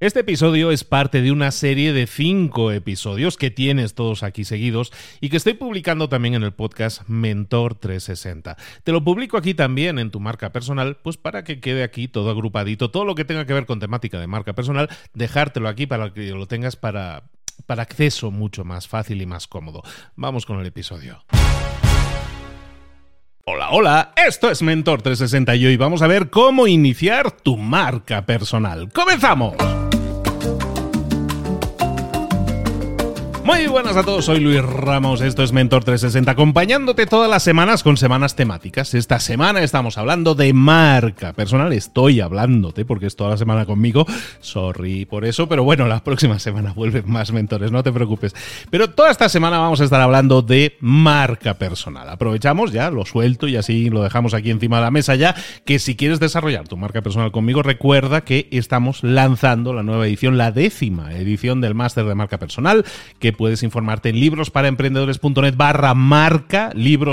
Este episodio es parte de una serie de 5 episodios que tienes todos aquí seguidos y que estoy publicando también en el podcast Mentor 360. Te lo publico aquí también en tu marca personal, pues para que quede aquí todo agrupadito, todo lo que tenga que ver con temática de marca personal, dejártelo aquí para que lo tengas para acceso mucho más fácil y más cómodo. Vamos con el episodio. Hola, esto es Mentor 360 y hoy vamos a ver cómo iniciar tu marca personal. ¡Comenzamos! Muy buenas a todos, soy Luis Ramos, esto es Mentor 360, acompañándote todas las semanas con semanas temáticas. Esta semana estamos hablando de marca personal, estoy hablándote porque es toda la semana conmigo, sorry por eso, pero bueno, la próxima semana vuelven más mentores, no te preocupes. Pero toda esta semana vamos a estar hablando de marca personal. Aprovechamos ya, lo suelto y así lo dejamos aquí encima de la mesa ya, que si quieres desarrollar tu marca personal conmigo, recuerda que estamos lanzando la nueva edición, la 10ª edición del máster de marca personal, que puedes informarte en librosparaemprendedores.net/marca,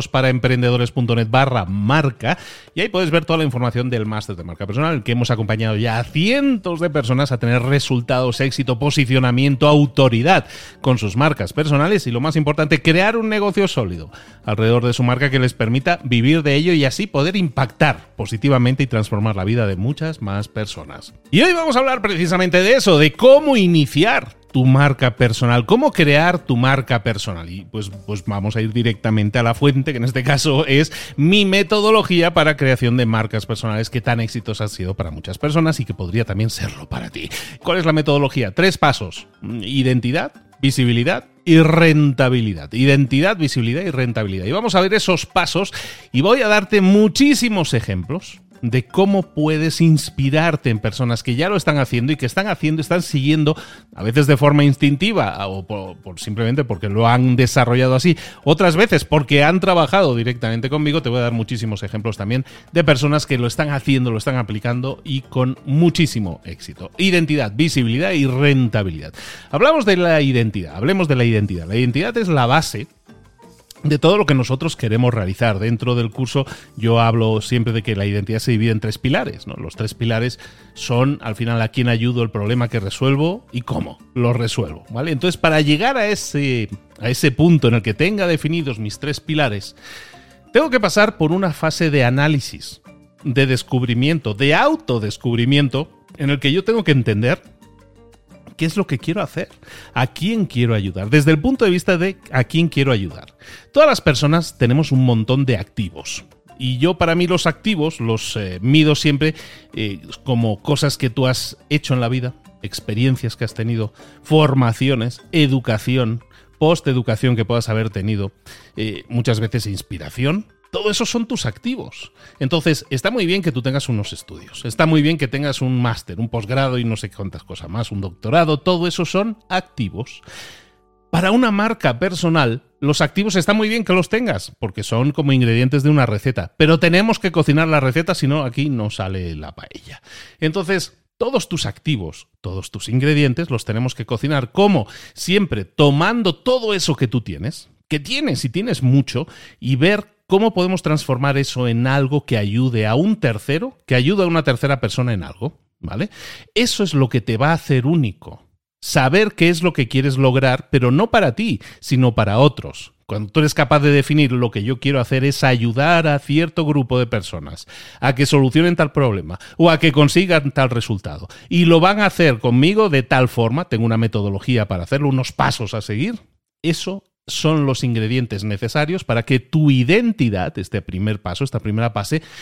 librosparaemprendedores.net/marca, y ahí puedes ver toda la información del máster de marca personal, el que hemos acompañado ya a cientos de personas a tener resultados, éxito, posicionamiento, autoridad con sus marcas personales y, lo más importante, crear un negocio sólido alrededor de su marca que les permita vivir de ello y así poder impactar positivamente y transformar la vida de muchas más personas. Y hoy vamos a hablar precisamente de eso, de cómo iniciar tu marca personal, cómo crear tu marca personal. Y pues vamos a ir directamente a la fuente, que en este caso es mi metodología para creación de marcas personales que tan exitosa ha sido para muchas personas y que podría también serlo para ti. ¿Cuál es la metodología? 3 pasos: identidad, visibilidad y rentabilidad. Identidad, visibilidad y rentabilidad. Y vamos a ver esos pasos y voy a darte muchísimos ejemplos de cómo puedes inspirarte en personas que ya lo están haciendo y que están siguiendo, a veces de forma instintiva o por simplemente porque lo han desarrollado así, otras veces porque han trabajado directamente conmigo. Te voy a dar muchísimos ejemplos también de personas que lo están haciendo, lo están aplicando y con muchísimo éxito. Identidad, visibilidad y rentabilidad. Hablemos de la identidad. La identidad es la base de todo lo que nosotros queremos realizar. Dentro del curso yo hablo siempre de que la identidad se divide en 3 pilares, ¿no? Los 3 pilares son, al final, a quién ayudo, el problema que resuelvo y cómo lo resuelvo, ¿vale? Entonces, para llegar a ese punto en el que tenga definidos mis 3 pilares, tengo que pasar por una fase de análisis, de descubrimiento, de autodescubrimiento, en el que yo tengo que entender ¿qué es lo que quiero hacer? ¿A quién quiero ayudar? Desde el punto de vista de ¿a quién quiero ayudar? Todas las personas tenemos un montón de activos. Y yo, para mí, los activos los mido siempre como cosas que tú has hecho en la vida, experiencias que has tenido, formaciones, educación, posteducación que puedas haber tenido, muchas veces inspiración. Todo eso son tus activos. Entonces, está muy bien que tú tengas unos estudios, está muy bien que tengas un máster, un posgrado y no sé cuántas cosas más, un doctorado, todo eso son activos. Para una marca personal, los activos está muy bien que los tengas, porque son como ingredientes de una receta, pero tenemos que cocinar la receta, si no, aquí no sale la paella. Entonces, todos tus activos, todos tus ingredientes los tenemos que cocinar. ¿Cómo? Siempre tomando todo eso que tú tienes, y tienes mucho, y ver ¿cómo podemos transformar eso en algo que ayude a un tercero, que ayude a una tercera persona en algo? ¿Vale? Eso es lo que te va a hacer único. Saber qué es lo que quieres lograr, pero no para ti, sino para otros. Cuando tú eres capaz de definir lo que yo quiero hacer es ayudar a cierto grupo de personas a que solucionen tal problema o a que consigan tal resultado. Y lo van a hacer conmigo de tal forma, tengo una metodología para hacerlo, unos pasos a seguir. Eso son los ingredientes necesarios para que tu identidad, este primer paso, esta primera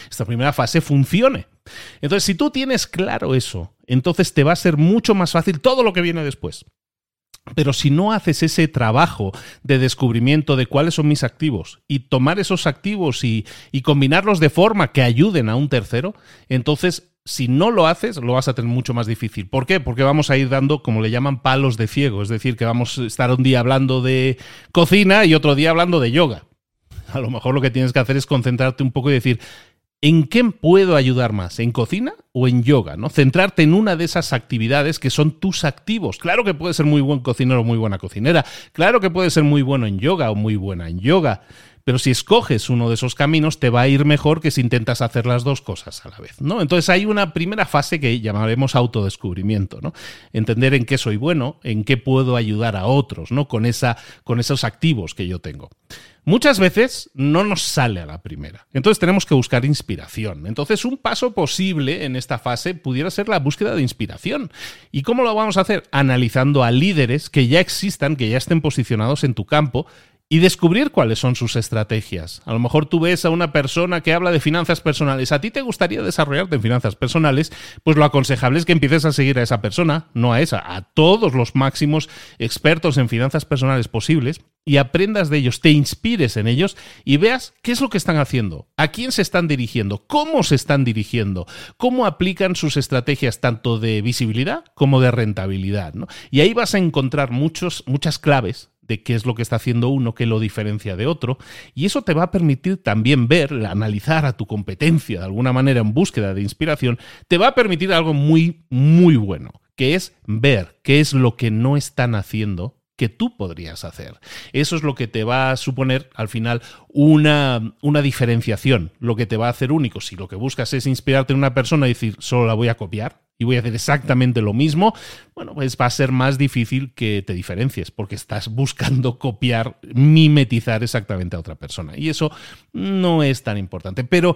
fase funcione. Entonces, si tú tienes claro eso, entonces te va a ser mucho más fácil todo lo que viene después. Pero si no haces ese trabajo de descubrimiento de cuáles son mis activos y tomar esos activos y combinarlos de forma que ayuden a un tercero, entonces, si no lo haces, lo vas a tener mucho más difícil. ¿Por qué? Porque vamos a ir dando, como le llaman, palos de ciego. Es decir, que vamos a estar un día hablando de cocina y otro día hablando de yoga. A lo mejor lo que tienes que hacer es concentrarte un poco y decir, ¿en qué puedo ayudar más? ¿En cocina o en yoga? ¿No? Centrarte en una de esas actividades que son tus activos. Claro que puedes ser muy buen cocinero o muy buena cocinera. Claro que puedes ser muy bueno en yoga o muy buena en yoga. Pero si escoges uno de esos caminos, te va a ir mejor que si intentas hacer las dos cosas a la vez, ¿no? Entonces hay una primera fase que llamaremos autodescubrimiento, ¿no? Entender en qué soy bueno, en qué puedo ayudar a otros, ¿no? Con esos activos que yo tengo. Muchas veces no nos sale a la primera. Entonces tenemos que buscar inspiración. Entonces un paso posible en esta fase pudiera ser la búsqueda de inspiración. ¿Y cómo lo vamos a hacer? Analizando a líderes que ya existan, que ya estén posicionados en tu campo y descubrir cuáles son sus estrategias. A lo mejor tú ves a una persona que habla de finanzas personales. ¿A ti te gustaría desarrollarte en finanzas personales? Pues lo aconsejable es que empieces a seguir a esa persona, no a esa, a todos los máximos expertos en finanzas personales posibles y aprendas de ellos, te inspires en ellos y veas qué es lo que están haciendo, a quién se están dirigiendo, cómo se están dirigiendo, cómo aplican sus estrategias tanto de visibilidad como de rentabilidad, ¿no? Y ahí vas a encontrar muchas claves de qué es lo que está haciendo uno, qué lo diferencia de otro, y eso te va a permitir también ver, analizar a tu competencia de alguna manera en búsqueda de inspiración, te va a permitir algo muy, muy bueno, que es ver qué es lo que no están haciendo que tú podrías hacer. Eso es lo que te va a suponer, al final, una diferenciación, lo que te va a hacer único. Si lo que buscas es inspirarte en una persona y decir, solo la voy a copiar y voy a hacer exactamente lo mismo, bueno, pues va a ser más difícil que te diferencies, porque estás buscando copiar, mimetizar exactamente a otra persona. Y eso no es tan importante, pero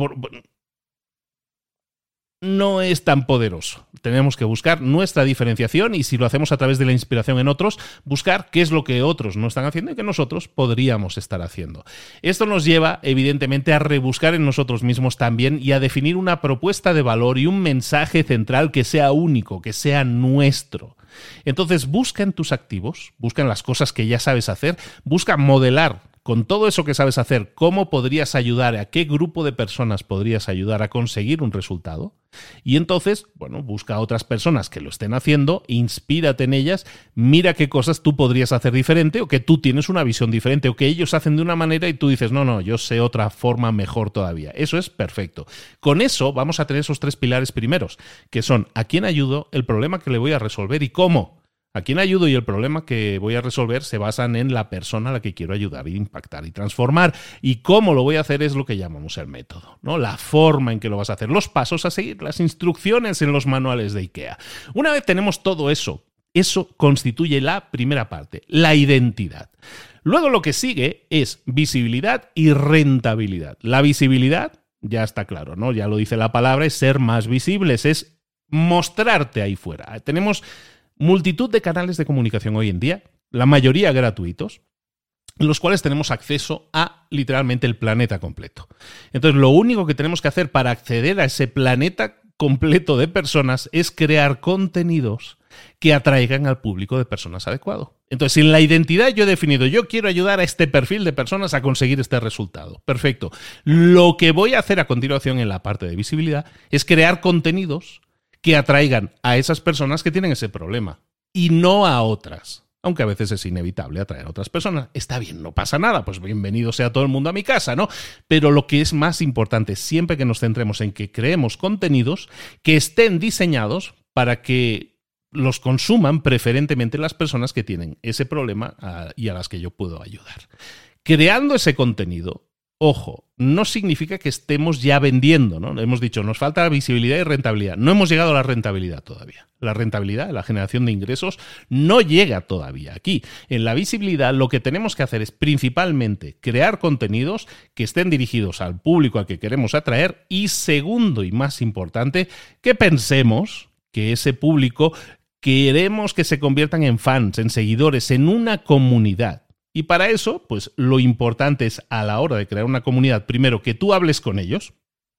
no es tan poderoso. Tenemos que buscar nuestra diferenciación y si lo hacemos a través de la inspiración en otros, buscar qué es lo que otros no están haciendo y que nosotros podríamos estar haciendo. Esto nos lleva, evidentemente, a rebuscar en nosotros mismos también y a definir una propuesta de valor y un mensaje central que sea único, que sea nuestro. Entonces, busca en tus activos, busca en las cosas que ya sabes hacer, busca modelar con todo eso que sabes hacer, cómo podrías ayudar, a qué grupo de personas podrías ayudar a conseguir un resultado. Y entonces, bueno, busca a otras personas que lo estén haciendo, inspírate en ellas, mira qué cosas tú podrías hacer diferente o que tú tienes una visión diferente o que ellos hacen de una manera y tú dices, no, yo sé otra forma mejor todavía. Eso es perfecto. Con eso vamos a tener esos 3 pilares primeros, que son a quién ayudo, el problema que le voy a resolver y cómo. A quién ayudo y el problema que voy a resolver se basan en la persona a la que quiero ayudar, impactar y transformar. Y cómo lo voy a hacer es lo que llamamos el método, ¿no? La forma en que lo vas a hacer, los pasos a seguir, las instrucciones en los manuales de IKEA. Una vez tenemos todo eso constituye la primera parte, la identidad. Luego lo que sigue es visibilidad y rentabilidad. La visibilidad, ya está claro, ¿no? Ya lo dice la palabra, es ser más visibles, es mostrarte ahí fuera. Tenemos multitud de canales de comunicación hoy en día, la mayoría gratuitos, en los cuales tenemos acceso a literalmente el planeta completo. Entonces, lo único que tenemos que hacer para acceder a ese planeta completo de personas es crear contenidos que atraigan al público de personas adecuado. Entonces, en la identidad yo he definido, yo quiero ayudar a este perfil de personas a conseguir este resultado. Perfecto. Lo que voy a hacer a continuación en la parte de visibilidad es crear contenidos que atraigan a esas personas que tienen ese problema y no a otras. Aunque a veces es inevitable atraer a otras personas. Está bien, no pasa nada, pues bienvenido sea todo el mundo a mi casa, ¿no? Pero lo que es más importante, siempre que nos centremos en que creemos contenidos que estén diseñados para que los consuman preferentemente las personas que tienen ese problema y a las que yo puedo ayudar. Creando ese contenido, ojo, no significa que estemos ya vendiendo, ¿no? Hemos dicho, nos falta visibilidad y rentabilidad. No hemos llegado a la rentabilidad todavía. La rentabilidad, la generación de ingresos, no llega todavía aquí. En la visibilidad lo que tenemos que hacer es principalmente crear contenidos que estén dirigidos al público al que queremos atraer y segundo y más importante, que pensemos que ese público queremos que se conviertan en fans, en seguidores, en una comunidad. Y para eso, pues lo importante es a la hora de crear una comunidad, primero que tú hables con ellos,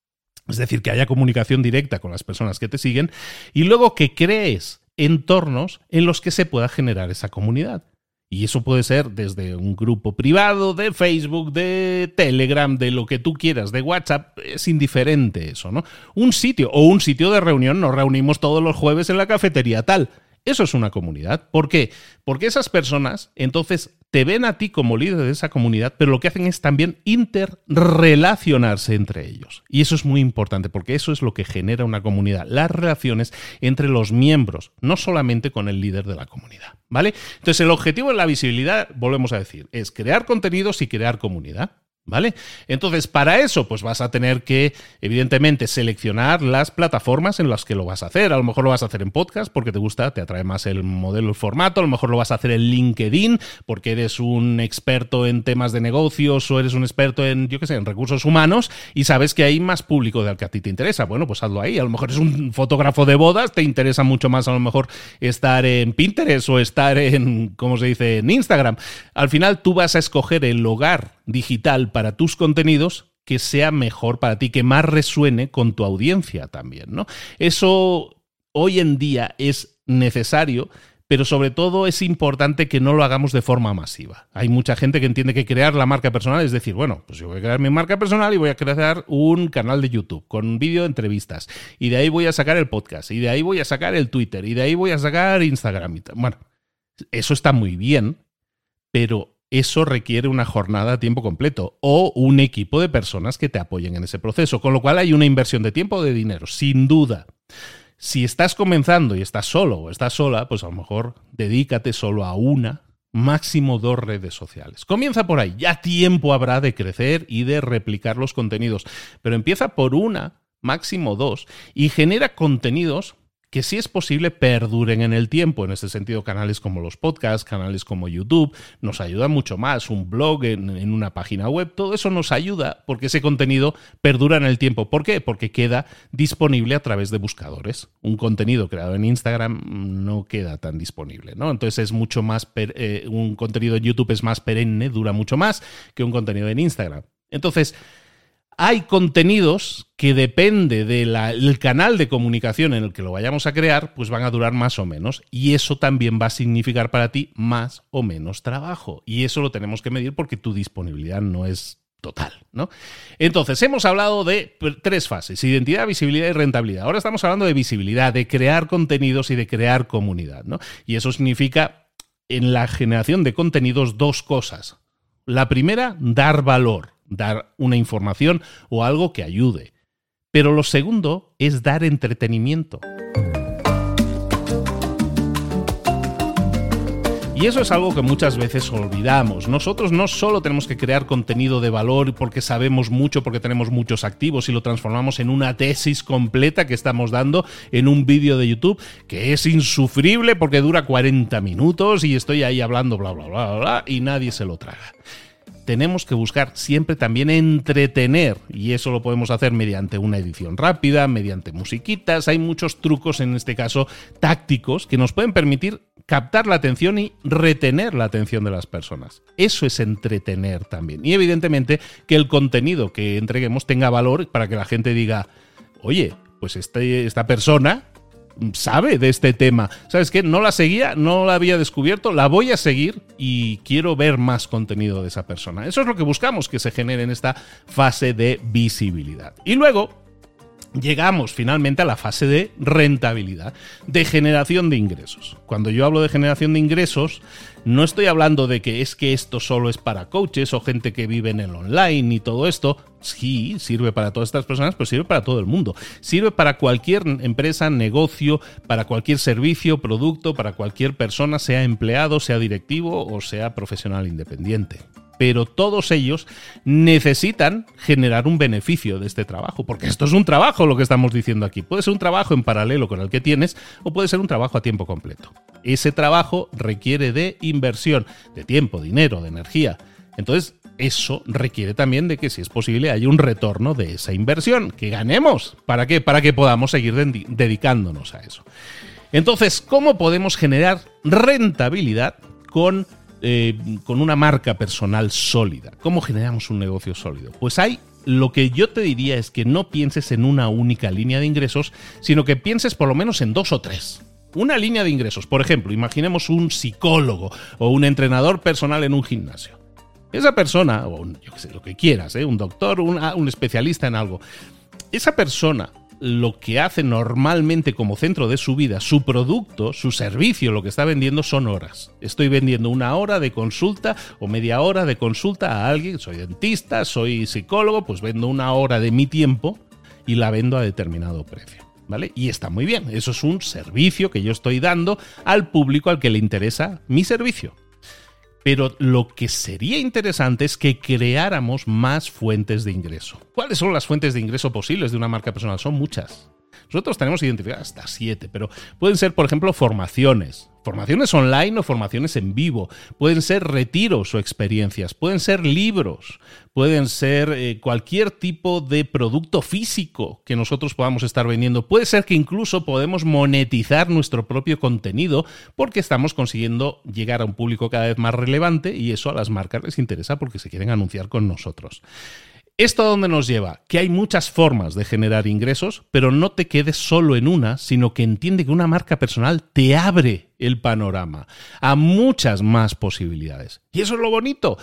es decir, que haya comunicación directa con las personas que te siguen, y luego que crees entornos en los que se pueda generar esa comunidad. Y eso puede ser desde un grupo privado, de Facebook, de Telegram, de lo que tú quieras, de WhatsApp, es indiferente eso, ¿no? Un sitio de reunión, nos reunimos todos los jueves en la cafetería tal. Eso es una comunidad. ¿Por qué? Porque esas personas entonces te ven a ti como líder de esa comunidad, pero lo que hacen es también interrelacionarse entre ellos. Y eso es muy importante porque eso es lo que genera una comunidad, las relaciones entre los miembros, no solamente con el líder de la comunidad, ¿vale? Entonces el objetivo en la visibilidad, volvemos a decir, es crear contenidos y crear comunidad. ¿Vale? Entonces, para eso, pues vas a tener que, evidentemente, seleccionar las plataformas en las que lo vas a hacer. A lo mejor lo vas a hacer en podcast porque te gusta, te atrae más el modelo, el formato. A lo mejor lo vas a hacer en LinkedIn porque eres un experto en temas de negocios o eres un experto en, yo qué sé, en recursos humanos y sabes que hay más público del que a ti te interesa. Bueno, pues hazlo ahí. A lo mejor eres un fotógrafo de bodas, te interesa mucho más a lo mejor estar en Pinterest o estar en, ¿cómo se dice?, en Instagram. Al final tú vas a escoger el hogar digital para tus contenidos que sea mejor para ti, que más resuene con tu audiencia también, ¿no? Eso hoy en día es necesario, pero sobre todo es importante que no lo hagamos de forma masiva. Hay mucha gente que entiende que crear la marca personal es decir, bueno, pues yo voy a crear mi marca personal y voy a crear un canal de YouTube con vídeo de entrevistas y de ahí voy a sacar el podcast y de ahí voy a sacar el Twitter y de ahí voy a sacar Instagram. Bueno, eso está muy bien, pero eso requiere una jornada a tiempo completo o un equipo de personas que te apoyen en ese proceso, con lo cual hay una inversión de tiempo o de dinero, sin duda. Si estás comenzando y estás solo o estás sola, pues a lo mejor dedícate solo a una, máximo 2 redes sociales. Comienza por ahí, ya tiempo habrá de crecer y de replicar los contenidos, pero empieza por una, máximo 2, y genera contenidos que si es posible perduren en el tiempo. En este sentido, canales como los podcasts, canales como YouTube, nos ayuda mucho más. Un blog en una página web, todo eso nos ayuda porque ese contenido perdura en el tiempo. ¿Por qué? Porque queda disponible a través de buscadores. Un contenido creado en Instagram no queda tan disponible, ¿no? Entonces es mucho más, un contenido en YouTube es más perenne, dura mucho más que un contenido en Instagram. Entonces, hay contenidos que depende del canal de comunicación en el que lo vayamos a crear, pues van a durar más o menos. Y eso también va a significar para ti más o menos trabajo. Y eso lo tenemos que medir porque tu disponibilidad no es total, ¿no? Entonces, hemos hablado de 3 fases: identidad, visibilidad y rentabilidad. Ahora estamos hablando de visibilidad, de crear contenidos y de crear comunidad, ¿no? Y eso significa, en la generación de contenidos, 2 cosas. La primera, dar valor. Dar una información o algo que ayude. Pero lo segundo es dar entretenimiento. Y eso es algo que muchas veces olvidamos. Nosotros no solo tenemos que crear contenido de valor porque sabemos mucho, porque tenemos muchos activos y lo transformamos en una tesis completa que estamos dando en un vídeo de YouTube que es insufrible porque dura 40 minutos y estoy ahí hablando bla, bla, bla, bla, y nadie se lo traga. Tenemos que buscar siempre también entretener, y eso lo podemos hacer mediante una edición rápida, mediante musiquitas. Hay muchos trucos, en este caso tácticos, que nos pueden permitir captar la atención y retener la atención de las personas. Eso es entretener también. Y evidentemente que el contenido que entreguemos tenga valor para que la gente diga, oye, pues esta persona sabe de este tema. ¿Sabes qué? No la seguía, no la había descubierto, la voy a seguir y quiero ver más contenido de esa persona. Eso es lo que buscamos que se genere en esta fase de visibilidad. Y luego llegamos finalmente a la fase de rentabilidad, de generación de ingresos. Cuando yo hablo de generación de ingresos, no estoy hablando de que esto solo es para coaches o gente que vive en el online y todo esto. Sí, sirve para todas estas personas, pero sirve para todo el mundo. Sirve para cualquier empresa, negocio, para cualquier servicio, producto, para cualquier persona, sea empleado, sea directivo o sea profesional independiente. Pero todos ellos necesitan generar un beneficio de este trabajo, porque esto es un trabajo lo que estamos diciendo aquí. Puede ser un trabajo en paralelo con el que tienes o puede ser un trabajo a tiempo completo. Ese trabajo requiere de inversión, de tiempo, dinero, de energía. Entonces, eso requiere también de que, si es posible, haya un retorno de esa inversión, que ganemos. ¿Para qué? Para que podamos seguir dedicándonos a eso. Entonces, ¿cómo podemos generar rentabilidad con una marca personal sólida? ¿Cómo generamos un negocio sólido? Pues lo que yo te diría es que no pienses en una única línea de ingresos, sino que pienses por lo menos en 2 o 3. Una línea de ingresos, por ejemplo, imaginemos un psicólogo o un entrenador personal en un gimnasio. Esa persona, o yo qué sé, lo que quieras, un doctor, un especialista en algo, esa persona lo que hace normalmente como centro de su vida, su producto, su servicio, lo que está vendiendo son horas. Estoy vendiendo 1 hora de consulta o media hora de consulta a alguien. Soy dentista, soy psicólogo, pues vendo 1 hora de mi tiempo y la vendo a determinado precio, ¿vale? Y está muy bien. Eso es un servicio que yo estoy dando al público al que le interesa mi servicio. Pero lo que sería interesante es que creáramos más fuentes de ingreso. ¿Cuáles son las fuentes de ingreso posibles de una marca personal? Son muchas. Nosotros tenemos identificadas hasta 7, pero pueden ser, por ejemplo, formaciones online o formaciones en vivo, pueden ser retiros o experiencias, pueden ser libros, pueden ser cualquier tipo de producto físico que nosotros podamos estar vendiendo. Puede ser que incluso podemos monetizar nuestro propio contenido porque estamos consiguiendo llegar a un público cada vez más relevante y eso a las marcas les interesa porque se quieren anunciar con nosotros. ¿Esto a dónde nos lleva? Que hay muchas formas de generar ingresos, pero no te quedes solo en una, sino que entiende que una marca personal te abre el panorama a muchas más posibilidades. Y eso es lo bonito,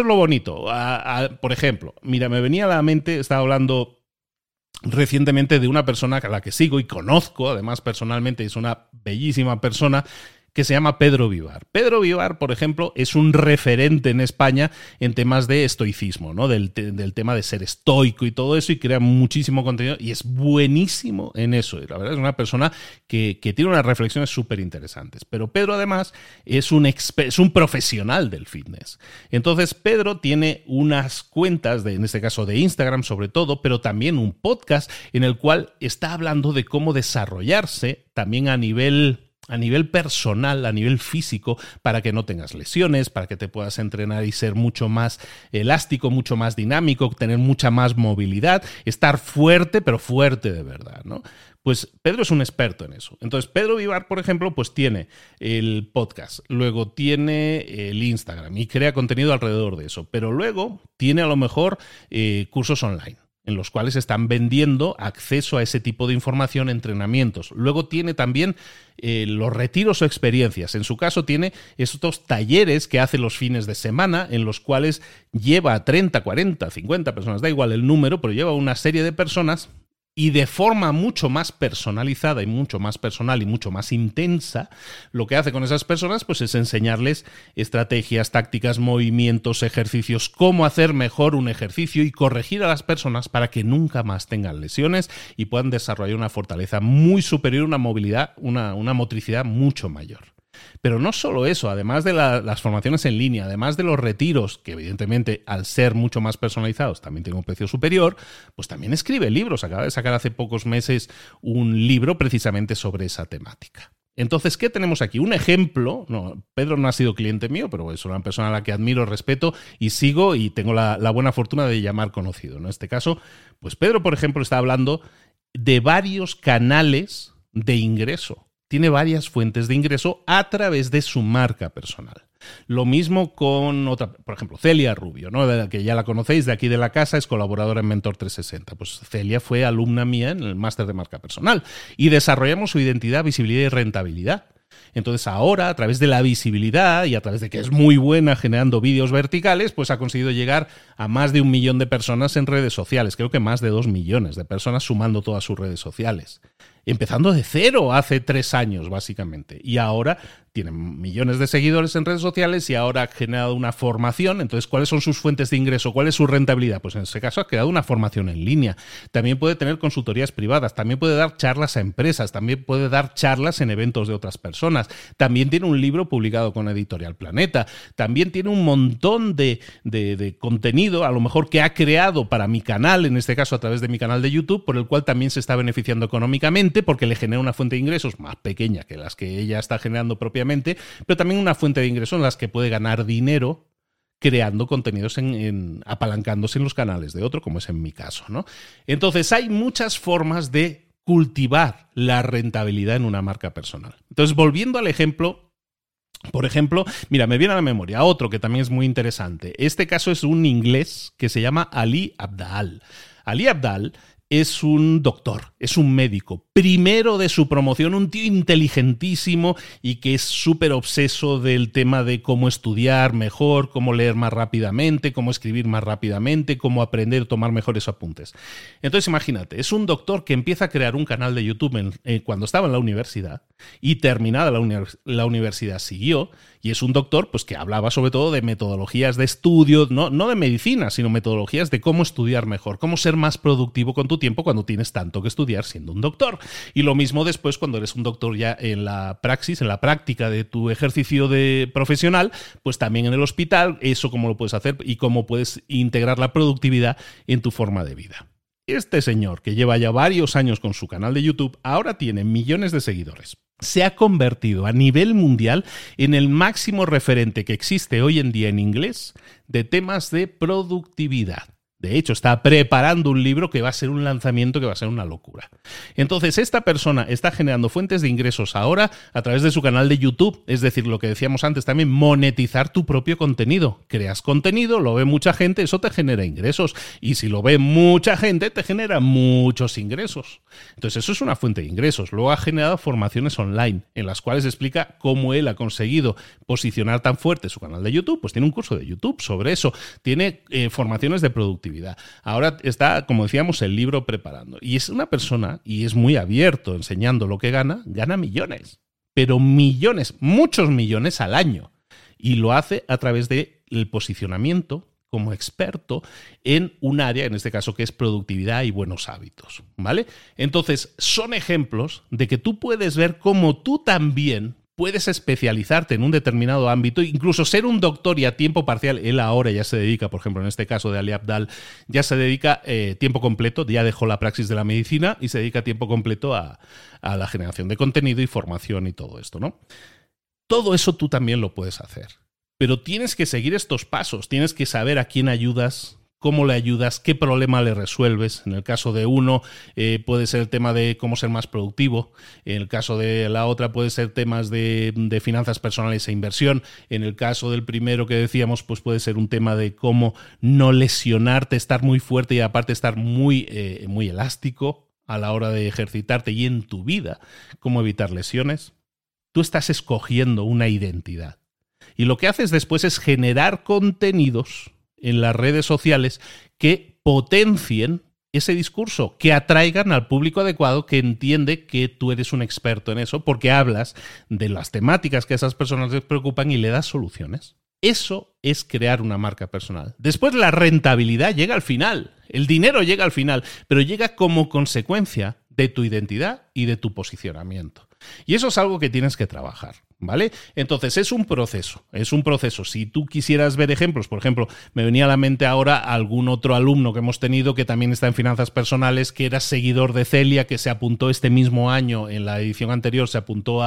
por ejemplo, mira, me venía a la mente, estaba hablando recientemente de una persona a la que sigo y conozco, además personalmente es una bellísima persona, que se llama Pedro Vivar. Pedro Vivar, por ejemplo, es un referente en España en temas de estoicismo, ¿no? Del tema de ser estoico y todo eso, y crea muchísimo contenido y es buenísimo en eso. Y la verdad es una persona que tiene unas reflexiones súper interesantes. Pero Pedro, además, es un profesional del fitness. Entonces, Pedro tiene unas cuentas, en este caso de Instagram sobre todo, pero también un podcast en el cual está hablando de cómo desarrollarse también a nivel personal, a nivel físico, para que no tengas lesiones, para que te puedas entrenar y ser mucho más elástico, mucho más dinámico, tener mucha más movilidad, estar fuerte, pero fuerte de verdad, ¿no? Pues Pedro es un experto en eso. Entonces, Pedro Vivar, por ejemplo, pues tiene el podcast, luego tiene el Instagram y crea contenido alrededor de eso, pero luego tiene a lo mejor cursos online, en los cuales están vendiendo acceso a ese tipo de información, entrenamientos. Luego tiene también los retiros o experiencias. En su caso tiene estos talleres que hace los fines de semana, en los cuales lleva a 30, 40, 50 personas, da igual el número, pero lleva una serie de personas y de forma mucho más personalizada y mucho más personal y mucho más intensa, lo que hace con esas personas pues es enseñarles estrategias, tácticas, movimientos, ejercicios, cómo hacer mejor un ejercicio y corregir a las personas para que nunca más tengan lesiones y puedan desarrollar una fortaleza muy superior, una movilidad, una motricidad mucho mayor. Pero no solo eso, además de las formaciones en línea, además de los retiros, que evidentemente al ser mucho más personalizados también tienen un precio superior, pues también escribe libros. Acaba de sacar hace pocos meses un libro precisamente sobre esa temática. Entonces, ¿qué tenemos aquí? Un ejemplo. No, Pedro no ha sido cliente mío, pero es una persona a la que admiro, respeto y sigo y tengo la buena fortuna de llamar conocido. En este caso, pues Pedro, por ejemplo, está hablando de varios canales de ingreso. Tiene varias fuentes de ingreso a través de su marca personal. Lo mismo con otra, por ejemplo, Celia Rubio, ¿no? Que ya la conocéis de aquí de la casa, es colaboradora en Mentor 360. Pues Celia fue alumna mía en el máster de marca personal y desarrollamos su identidad, visibilidad y rentabilidad. Entonces ahora, a través de la visibilidad y a través de que es muy buena generando vídeos verticales, pues ha conseguido llegar a más de 1 millón de personas en redes sociales. Creo que más de 2 millones de personas sumando todas sus redes sociales. Empezando de cero hace 3 años, básicamente. Y ahora tiene millones de seguidores en redes sociales y ahora ha generado una formación. Entonces, ¿cuáles son sus fuentes de ingreso? ¿Cuál es su rentabilidad? Pues en ese caso ha creado una formación en línea. También puede tener consultorías privadas, también puede dar charlas a empresas, también puede dar charlas en eventos de otras personas. También tiene un libro publicado con Editorial Planeta. También tiene un montón de contenido, a lo mejor que ha creado para mi canal, en este caso a través de mi canal de YouTube, por el cual también se está beneficiando económicamente porque le genera una fuente de ingresos más pequeña que las que ella está generando propiamente, pero también una fuente de ingresos en las que puede ganar dinero creando contenidos apalancándose en los canales de otro, como es en mi caso, ¿no? Entonces hay muchas formas de cultivar la rentabilidad en una marca personal. Entonces, volviendo al ejemplo, por ejemplo, mira, me viene a la memoria otro que también es muy interesante. Este caso es un inglés que se llama Ali Abdaal. Ali Abdaal es un doctor, es un médico, primero de su promoción, un tío inteligentísimo y que es súper obseso del tema de cómo estudiar mejor, cómo leer más rápidamente, cómo escribir más rápidamente, cómo aprender a tomar mejores apuntes. Entonces imagínate, es un doctor que empieza a crear un canal de YouTube cuando estaba en la universidad y terminada la universidad siguió, y es un doctor pues que hablaba sobre todo de metodologías de estudio, no de medicina, sino metodologías de cómo estudiar mejor, cómo ser más productivo con tu tu tiempo cuando tienes tanto que estudiar siendo un doctor. Y lo mismo después cuando eres un doctor ya en la praxis, en la práctica de tu ejercicio de profesional, pues también en el hospital, eso cómo lo puedes hacer y cómo puedes integrar la productividad en tu forma de vida. Este señor, que lleva ya varios años con su canal de YouTube, ahora tiene millones de seguidores. Se ha convertido a nivel mundial en el máximo referente que existe hoy en día en inglés de temas de productividad. De hecho, está preparando un libro que va a ser un lanzamiento que va a ser una locura. Entonces, esta persona está generando fuentes de ingresos ahora a través de su canal de YouTube. Es decir, lo que decíamos antes también, monetizar tu propio contenido. Creas contenido, lo ve mucha gente, eso te genera ingresos. Y si lo ve mucha gente, te genera muchos ingresos. Entonces, eso es una fuente de ingresos. Luego ha generado formaciones online en las cuales explica cómo él ha conseguido posicionar tan fuerte su canal de YouTube. Pues tiene un curso de YouTube sobre eso. Tiene formaciones de productividad. Ahora está, como decíamos, el libro preparando. Y es una persona, y es muy abierto enseñando lo que gana millones. Pero millones, muchos millones al año. Y lo hace a través del posicionamiento como experto en un área, en este caso que es productividad y buenos hábitos, ¿vale? Entonces, son ejemplos de que tú puedes ver cómo tú también puedes especializarte en un determinado ámbito, incluso ser un doctor y a tiempo parcial. Él ahora ya se dedica, por ejemplo, en este caso de Ali Abdaal, ya se dedica tiempo completo, ya dejó la praxis de la medicina y se dedica a tiempo completo a la generación de contenido y formación y todo esto, ¿no? Todo eso tú también lo puedes hacer. Pero tienes que seguir estos pasos, tienes que saber a quién ayudas, cómo le ayudas, qué problema le resuelves. En el caso de uno puede ser el tema de cómo ser más productivo. En el caso de la otra puede ser temas de finanzas personales e inversión. En el caso del primero que decíamos, pues puede ser un tema de cómo no lesionarte, estar muy fuerte y aparte estar muy elástico a la hora de ejercitarte y en tu vida, cómo evitar lesiones. Tú estás escogiendo una identidad. Y lo que haces después es generar contenidos en las redes sociales que potencien ese discurso, que atraigan al público adecuado que entiende que tú eres un experto en eso porque hablas de las temáticas que a esas personas les preocupan y le das soluciones. Eso es crear una marca personal. Después la rentabilidad llega al final, el dinero llega al final, pero llega como consecuencia de tu identidad y de tu posicionamiento. Y eso es algo que tienes que trabajar, ¿vale? Entonces es un proceso. Si tú quisieras ver ejemplos, por ejemplo, me venía a la mente ahora algún otro alumno que hemos tenido que también está en finanzas personales, que era seguidor de Celia, que se apuntó este mismo año, en la edición anterior, se apuntó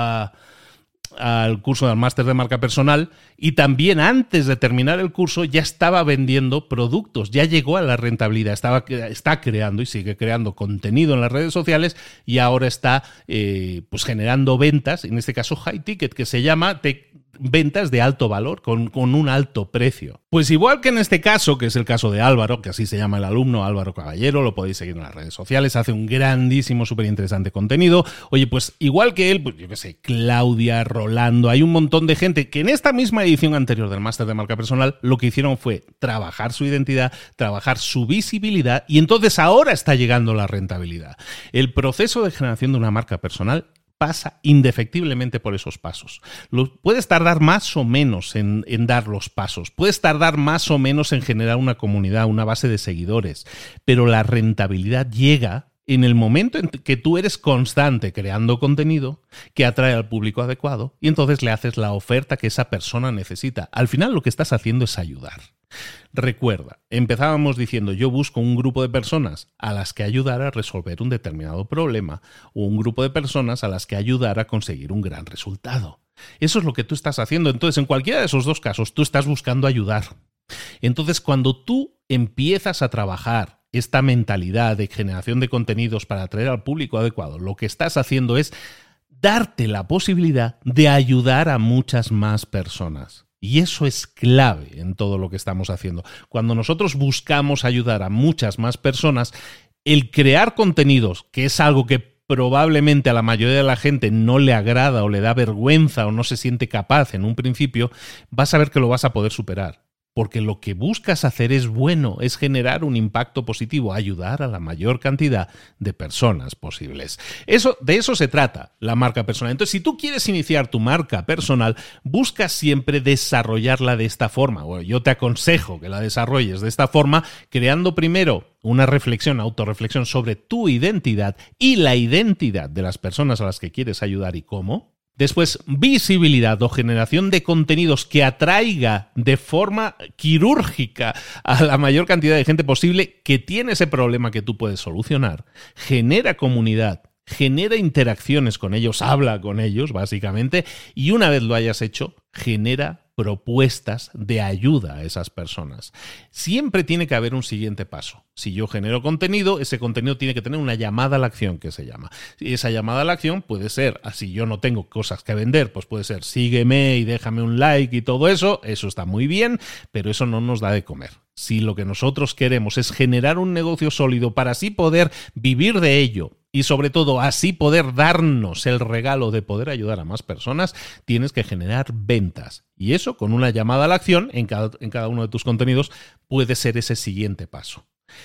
al curso del máster de marca personal y también antes de terminar el curso ya estaba vendiendo productos, ya llegó a la rentabilidad, está creando y sigue creando contenido en las redes sociales y ahora está pues generando ventas, en este caso high ticket, que se llama ventas de alto valor, con un alto precio. Pues igual que en este caso, que es el caso de Álvaro, que así se llama el alumno, Álvaro Caballero, lo podéis seguir en las redes sociales, hace un grandísimo, súper interesante contenido. Oye, pues igual que él, pues yo qué sé, Claudia, Rolando, hay un montón de gente que en esta misma edición anterior del máster de marca personal lo que hicieron fue trabajar su identidad, trabajar su visibilidad y entonces ahora está llegando la rentabilidad. El proceso de generación de una marca personal pasa indefectiblemente por esos pasos. Puedes tardar más o menos en dar los pasos, puedes tardar más o menos en generar una comunidad, una base de seguidores, pero la rentabilidad llega en el momento en que tú eres constante creando contenido que atrae al público adecuado y entonces le haces la oferta que esa persona necesita. Al final lo que estás haciendo es ayudar. Recuerda, empezábamos diciendo yo busco un grupo de personas a las que ayudar a resolver un determinado problema o un grupo de personas a las que ayudar a conseguir un gran resultado. Eso es lo que tú estás haciendo. Entonces, en cualquiera de esos dos casos, tú estás buscando ayudar. Entonces, cuando tú empiezas a trabajar esta mentalidad de generación de contenidos para atraer al público adecuado, lo que estás haciendo es darte la posibilidad de ayudar a muchas más personas. Y eso es clave en todo lo que estamos haciendo. Cuando nosotros buscamos ayudar a muchas más personas, el crear contenidos, que es algo que probablemente a la mayoría de la gente no le agrada o le da vergüenza o no se siente capaz en un principio, vas a ver que lo vas a poder superar. porque lo que buscas hacer es bueno, es generar un impacto positivo, ayudar a la mayor cantidad de personas posibles. De eso se trata la marca personal. Entonces, si tú quieres iniciar tu marca personal, busca siempre desarrollarla de esta forma. Bueno, yo te aconsejo que la desarrolles de esta forma, creando primero una autorreflexión sobre tu identidad y la identidad de las personas a las que quieres ayudar y cómo. Después, visibilidad o generación de contenidos que atraiga de forma quirúrgica a la mayor cantidad de gente posible que tiene ese problema que tú puedes solucionar. Genera comunidad, genera interacciones con ellos, habla con ellos, básicamente, y una vez lo hayas hecho, genera propuestas de ayuda a esas personas. Siempre tiene que haber un siguiente paso. Si yo genero contenido, ese contenido tiene que tener una llamada a la acción, que se llama. Y esa llamada a la acción puede ser, si yo no tengo cosas que vender, pues puede ser sígueme y déjame un like y todo eso está muy bien, pero eso no nos da de comer. Si lo que nosotros queremos es generar un negocio sólido para así poder vivir de ello, y sobre todo así poder darnos el regalo de poder ayudar a más personas, tienes que generar ventas. Y eso, con una llamada a la acción en cada uno de tus contenidos, puede ser ese siguiente paso.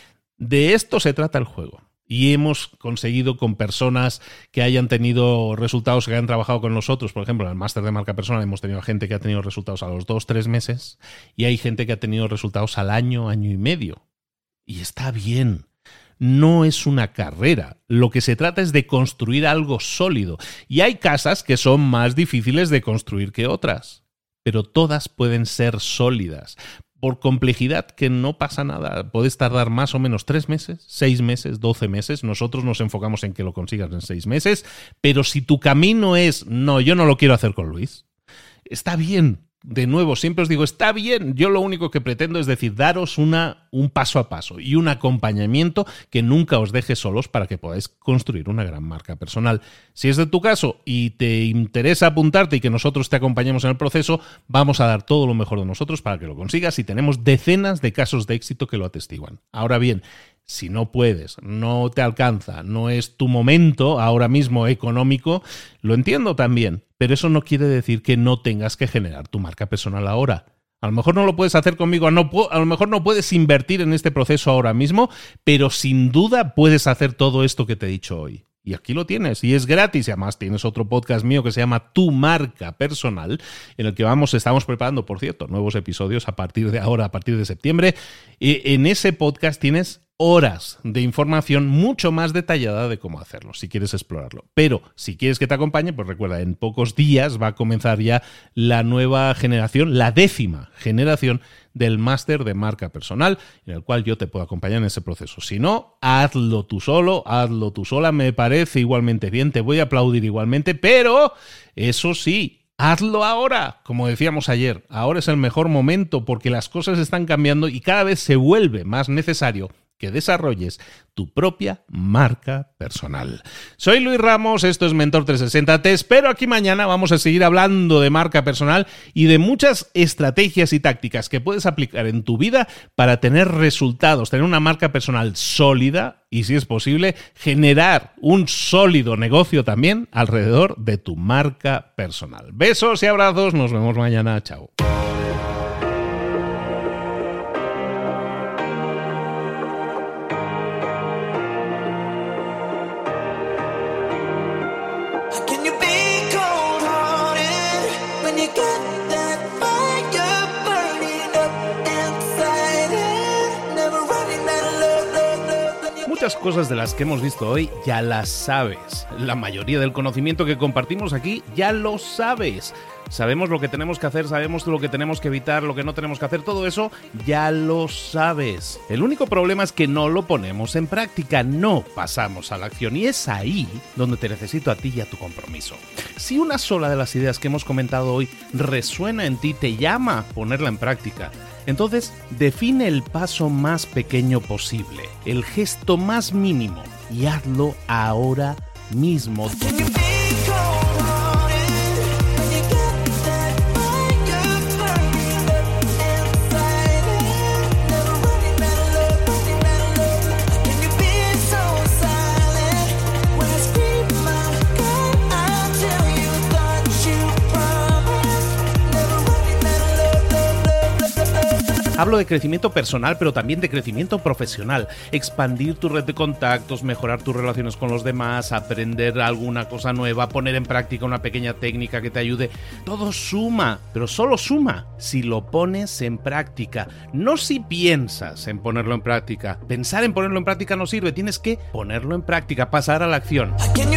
De esto se trata el juego. Y hemos conseguido con personas que hayan tenido resultados, que hayan trabajado con nosotros, por ejemplo, en el máster de marca personal hemos tenido gente que ha tenido resultados a los 2-3 meses y hay gente que ha tenido resultados al año y medio. Y está bien. No es una carrera. Lo que se trata es de construir algo sólido. Y hay casas que son más difíciles de construir que otras, pero todas pueden ser sólidas. Por complejidad, que no pasa nada. Puedes tardar más o menos 3 meses, 6 meses, 12 meses. Nosotros nos enfocamos en que lo consigas en 6 meses. Pero si tu camino es, no, yo no lo quiero hacer con Luis, está bien. De nuevo, siempre os digo, está bien. Yo lo único que pretendo es decir, daros un paso a paso y un acompañamiento que nunca os deje solos para que podáis construir una gran marca personal. Si es de tu caso y te interesa apuntarte y que nosotros te acompañemos en el proceso, vamos a dar todo lo mejor de nosotros para que lo consigas y tenemos decenas de casos de éxito que lo atestiguan. Ahora bien, si no puedes, no te alcanza, no es tu momento ahora mismo económico, lo entiendo también, pero eso no quiere decir que no tengas que generar tu marca personal ahora. A lo mejor no lo puedes hacer conmigo, a lo mejor no puedes invertir en este proceso ahora mismo, pero sin duda puedes hacer todo esto que te he dicho hoy. Y aquí lo tienes, y es gratis, y además tienes otro podcast mío que se llama Tu Marca Personal, en el que estamos preparando, por cierto, nuevos episodios a partir de ahora, a partir de septiembre. Y en ese podcast tienes horas de información mucho más detallada de cómo hacerlo, si quieres explorarlo. Pero si quieres que te acompañe, pues recuerda, en pocos días va a comenzar ya la nueva generación, la 10ª generación del máster de marca personal, en el cual yo te puedo acompañar en ese proceso. Si no, hazlo tú solo, hazlo tú sola, me parece igualmente bien, te voy a aplaudir igualmente, pero eso sí, hazlo ahora, como decíamos ayer. Ahora es el mejor momento porque las cosas están cambiando y cada vez se vuelve más necesario que desarrolles tu propia marca personal. Soy Luis Ramos, esto es Mentor 360. Te espero aquí mañana. Vamos a seguir hablando de marca personal y de muchas estrategias y tácticas que puedes aplicar en tu vida para tener resultados, tener una marca personal sólida y, si es posible, generar un sólido negocio también alrededor de tu marca personal. Besos y abrazos. Nos vemos mañana. Chao. Muchas cosas de las que hemos visto hoy ya las sabes. La mayoría del conocimiento que compartimos aquí ya lo sabes. Sabemos lo que tenemos que hacer, sabemos lo que tenemos que evitar, lo que no tenemos que hacer, todo eso ya lo sabes. El único problema es que no lo ponemos en práctica, no pasamos a la acción y es ahí donde te necesito a ti y a tu compromiso. Si una sola de las ideas que hemos comentado hoy resuena en ti, te llama a ponerla en práctica, entonces define el paso más pequeño posible, el gesto más mínimo y hazlo ahora mismo. Hablo de crecimiento personal, pero también de crecimiento profesional. Expandir tu red de contactos, mejorar tus relaciones con los demás, aprender alguna cosa nueva, poner en práctica una pequeña técnica que te ayude. Todo suma, pero solo suma si lo pones en práctica. No si piensas en ponerlo en práctica. Pensar en ponerlo en práctica no sirve, tienes que ponerlo en práctica, pasar a la acción.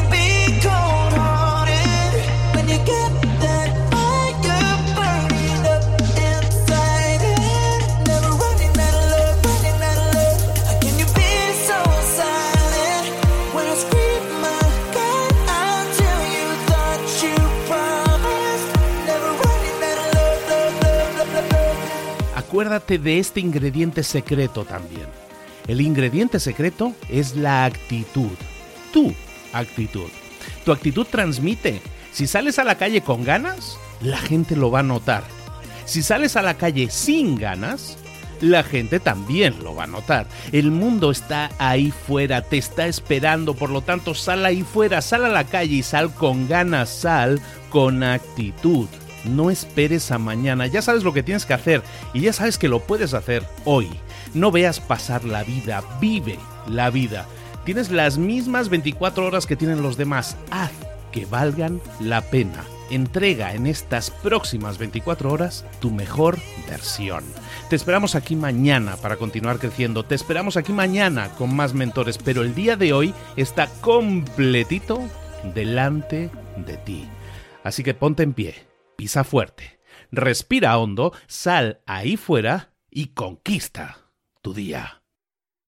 Acuérdate de este ingrediente secreto también. El ingrediente secreto es la actitud. Tu actitud. Tu actitud transmite. Si sales a la calle con ganas, la gente lo va a notar. Si sales a la calle sin ganas, la gente también lo va a notar. El mundo está ahí fuera, te está esperando, por lo tanto sal ahí fuera, sal a la calle y sal con ganas, sal con actitud. No esperes a mañana, ya sabes lo que tienes que hacer y ya sabes que lo puedes hacer hoy. No veas pasar la vida, vive la vida. Tienes las mismas 24 horas que tienen los demás, haz que valgan la pena. Entrega en estas próximas 24 horas tu mejor versión. Te esperamos aquí mañana para continuar creciendo, te esperamos aquí mañana con más mentores, pero el día de hoy está completito delante de ti. Así que ponte en pie. Pisa fuerte, respira hondo, sal ahí fuera y conquista tu día.